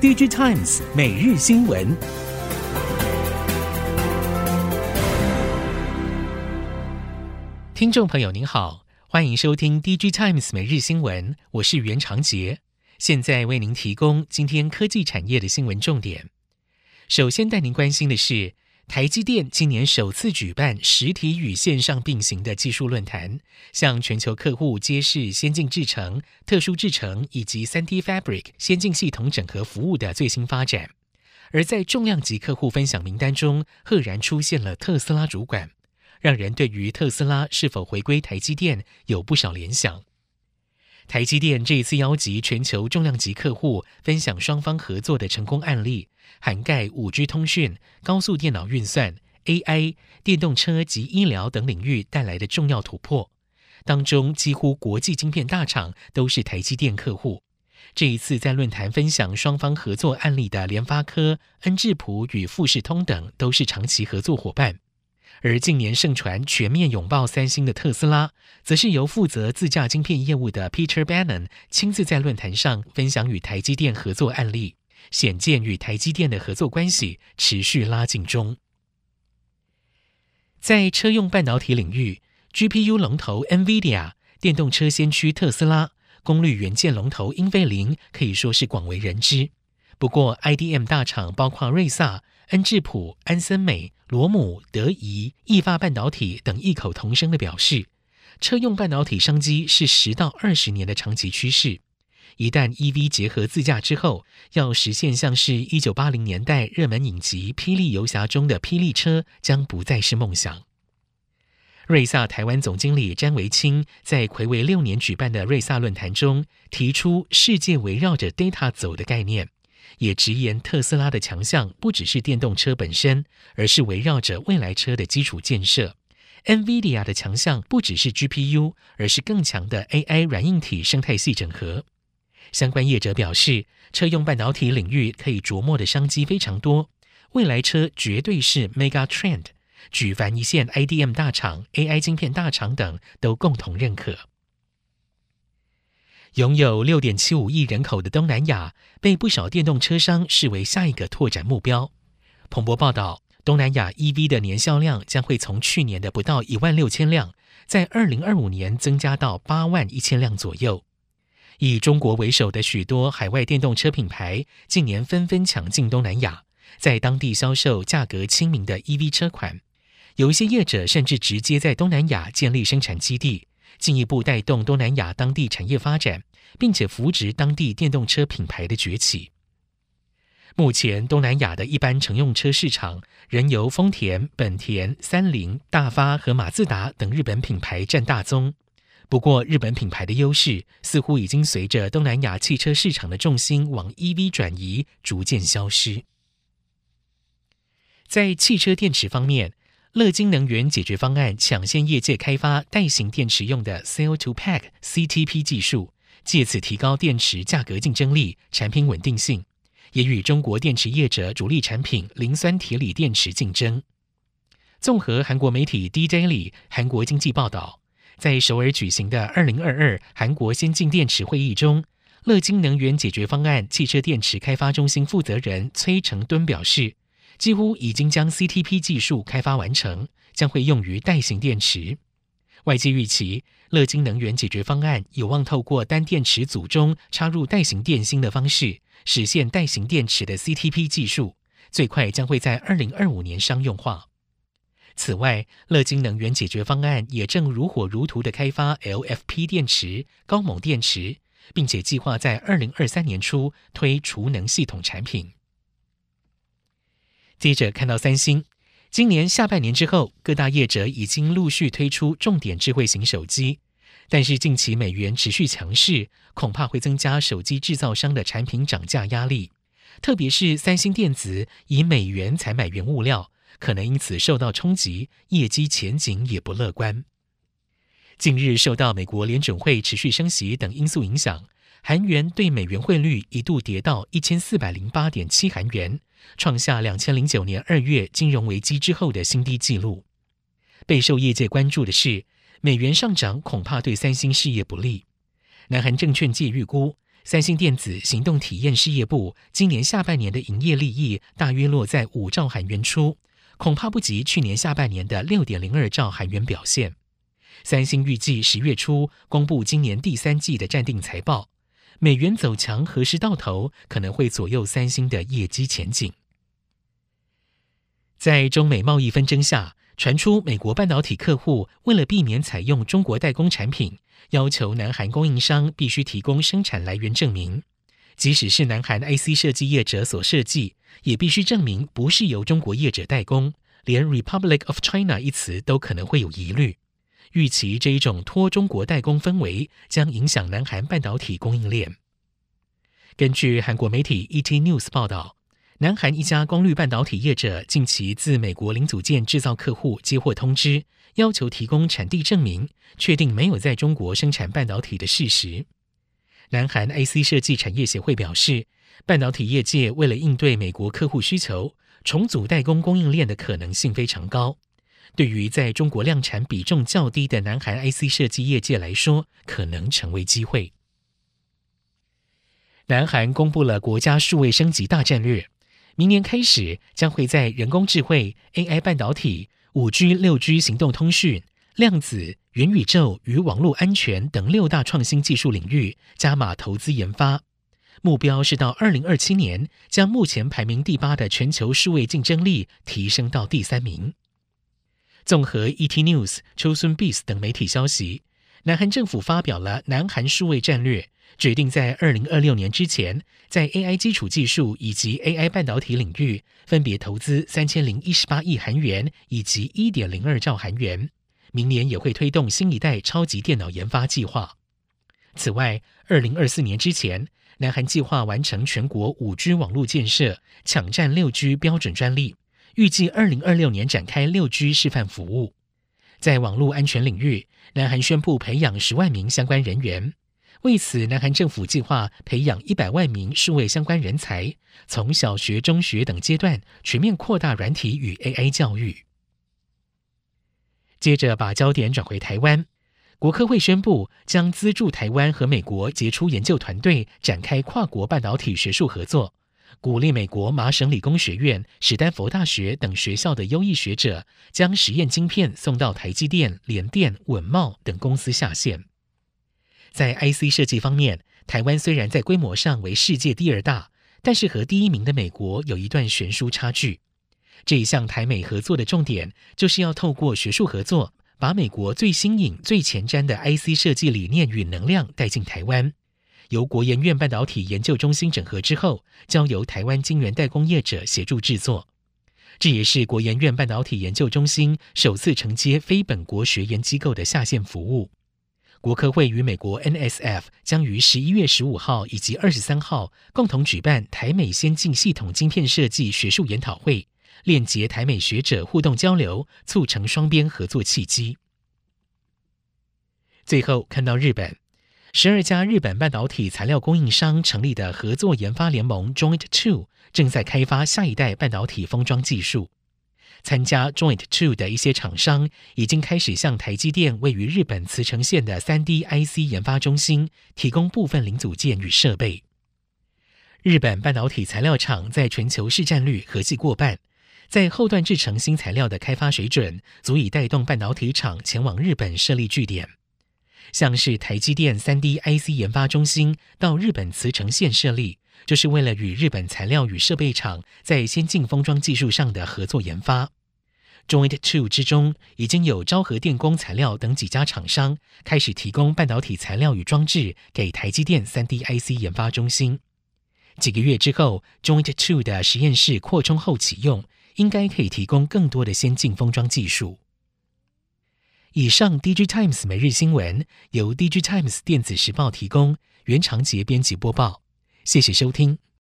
DG Times 每日新闻。听众朋友您好，欢迎收听 DG Times 每日新闻，我是袁长杰，现在为您提供今天科技产业的新闻重点。首先带您关心的是，台积电今年首次举办实体与线上并行的技术论坛，向全球客户揭示先进制程、特殊制程以及 3D Fabric 先进系统整合服务的最新发展。而在重量级客户分享名单中，赫然出现了特斯拉主管，让人对于特斯拉是否回归台积电有不少联想。台积电这一次邀集全球重量级客户分享双方合作的成功案例，涵盖 5G 通讯、高速电脑运算、AI、电动车及医疗等领域带来的重要突破。当中几乎国际晶片大厂都是台积电客户。这一次在论坛分享双方合作案例的联发科、恩智浦与富士通等都是长期合作伙伴。而近年盛传全面拥抱三星的特斯拉，则是由负责自驾晶片业务的 Peter Bannon 亲自在论坛上分享与台积电合作案例，显见与台积电的合作关系持续拉近中。在车用半导体领域， GPU 龙头 NVIDIA、 电动车先驱特斯拉、功率元件龙头英飞凌可以说是广为人知。不过 IDM 大厂包括瑞萨、恩智浦、安森美、罗姆、德仪、意法半导体等异口同声地表示，车用半导体商机是10到20年的长期趋势。一旦 EV 结合自驾之后，要实现像是1980年代热门影集《霹雳游侠》中的霹雳车，将不再是梦想。瑞萨台湾总经理詹维清在睽违6年举办的瑞萨论坛中，提出世界围绕着 data 走的概念，也直言特斯拉的强项不只是电动车本身，而是围绕着未来车的基础建设。NVIDIA 的强项不只是 GPU， 而是更强的 AI 软硬体生态系整合。相关业者表示，车用半导体领域可以琢磨的商机非常多，未来车绝对是 Mega Trend， 举凡一线 IDM 大厂、AI 晶片大厂等都共同认可。拥有 6.75 亿人口的东南亚，被不少电动车商视为下一个拓展目标。彭博报道，东南亚 EV 的年销量将会从去年的不到16000辆，在2025年增加到81000辆左右。以中国为首的许多海外电动车品牌近年纷纷抢进东南亚，在当地销售价格亲民的 EV 车款。有一些业者甚至直接在东南亚建立生产基地，进一步带动东南亚当地产业发展，并且扶植当地电动车品牌的崛起。目前东南亚的一般乘用车市场仍由丰田、本田、三菱、大发和马自达等日本品牌占大宗。不过日本品牌的优势似乎已经随着东南亚汽车市场的重心往 EV 转移逐渐消失。在汽车电池方面，乐金能源解决方案抢先业界开发袋型电池用的 Cell to Pack CTP 技术，借此提高电池价格竞争力、产品稳定性，也与中国电池业者主力产品磷酸铁锂电池竞争。综合韩国媒体 D-Daily 韩国经济报道，在首尔举行的2022韩国先进电池会议中，乐金能源解决方案汽车电池开发中心负责人崔成敦表示，几乎已经将 CTP 技术开发完成，将会用于袋型电池。外界预期，乐金能源解决方案有望透过单电池组中插入袋型电芯的方式，实现袋型电池的 CTP 技术，最快将会在2025年商用化。此外，乐金能源解决方案也正如火如荼地开发 LFP 电池、高锰电池，并且计划在2023年初推储能系统产品。接着看到三星，今年下半年之后，各大业者已经陆续推出重点智慧型手机，但是近期美元持续强势，恐怕会增加手机制造商的产品涨价压力，特别是三星电子以美元采买原物料，可能因此受到冲击，业绩前景也不乐观。近日受到美国联准会持续升息等因素影响，韩元对美元汇率一度跌到 1408.7 韩元，创下2009年2月金融危机之后的新低纪录。备受业界关注的是，美元上涨恐怕对三星事业不利。南韩证券界预估， 三星电子行动体验事业部今年下半年的营业利益大约落在5兆韩元出，恐怕不及去年下半年的6.02兆韩元表现。三星预计10月初公布今年第3季的暂定财报，美元走强何时到头，可能会左右三星的业绩前景。在中美贸易纷争下，传出美国半导体客户为了避免采用中国代工产品，要求南韩供应商必须提供生产来源证明，即使是南韩 IC 设计业者所设计，也必须证明不是由中国业者代工，连 Republic of China 一词都可能会有疑虑。预期这一种拖中国代工氛围将影响南韩半导体供应链。根据韩国媒体 ET News 报道，南韩一家光滤半导体业者近期自美国零组件制造客户接获通知，要求提供产地证明，确定没有在中国生产半导体的事实。南韩 IC 设计产业协会表示，半导体业界为了应对美国客户需求，重组代工供应链的可能性非常高。对于在中国量产比重较低的南韩 IC 设计业界来说，可能成为机会。南韩公布了国家数位升级大战略，明年开始将会在人工智慧、AI 半导体、5G、6G 行动通讯、量子、元宇宙与网络安全等6大创新技术领域加码投资研发，目标是到2027年将目前排名第8的全球数位竞争力提升到第3名。综合 ET News、秋孙 Biz 等媒体消息，南韩政府发表了南韩数位战略，决定在2026年之前，在 AI 基础技术以及 AI 半导体领域分别投资3018亿韩元以及 1.02 兆韩元。明年也会推动新一代超级电脑研发计划。此外，2024年之前，南韩计划完成全国 5G 网络建设，抢占 6G 标准专利，预计2026年展开 6G 示范服务。在网络安全领域，南韩宣布培养10万名相关人员。为此，南韩政府计划培养100万名数位相关人才，从小学、中学等阶段全面扩大软体与 AI 教育。接着把焦点转回台湾，国科会宣布将资助台湾和美国杰出研究团队展开跨国半导体学术合作，鼓励美国麻省理工学院、史丹佛大学等学校的优异学者将实验晶片送到台积电、联电、稳懋等公司下线。在 IC 设计方面，台湾虽然在规模上为世界第2大，但是和第1名的美国有一段悬殊差距。这一项台美合作的重点，就是要透过学术合作，把美国最新颖、最前瞻的 IC 设计理念与能量带进台湾。由国研院半导体研究中心整合之后，交由台湾晶圆代工业者协助制作。这也是国研院半导体研究中心首次承接非本国学研机构的下线服务。国科会与美国 NSF 将于11月15号以及23号共同举办台美先进系统晶片设计学术研讨会，链接台美学者互动交流，促成双边合作契机。最后看到日本，12家日本半导体材料供应商成立的合作研发联盟 Joint 2正在开发下一代半导体封装技术。参加 Joint 2的一些厂商已经开始向台积电位于日本茨城县的 3D IC 研发中心提供部分零组件与设备。日本半导体材料厂在全球市占率合计过半，在后段制成新材料的开发水准足以带动半导体厂前往日本设立据点。像是台积电 3D IC 研发中心到日本茨城县设立，就是为了与日本材料与设备厂在先进封装技术上的合作研发。Joint 2之中，已经有昭和电工材料等几家厂商开始提供半导体材料与装置给台积电 3D IC 研发中心。几个月之后 ，Joint 2的实验室扩充后启用，应该可以提供更多的先进封装技术。以上 DG Times 每日新闻由 DG Times 电子时报提供，袁长杰编辑播报。谢谢收听。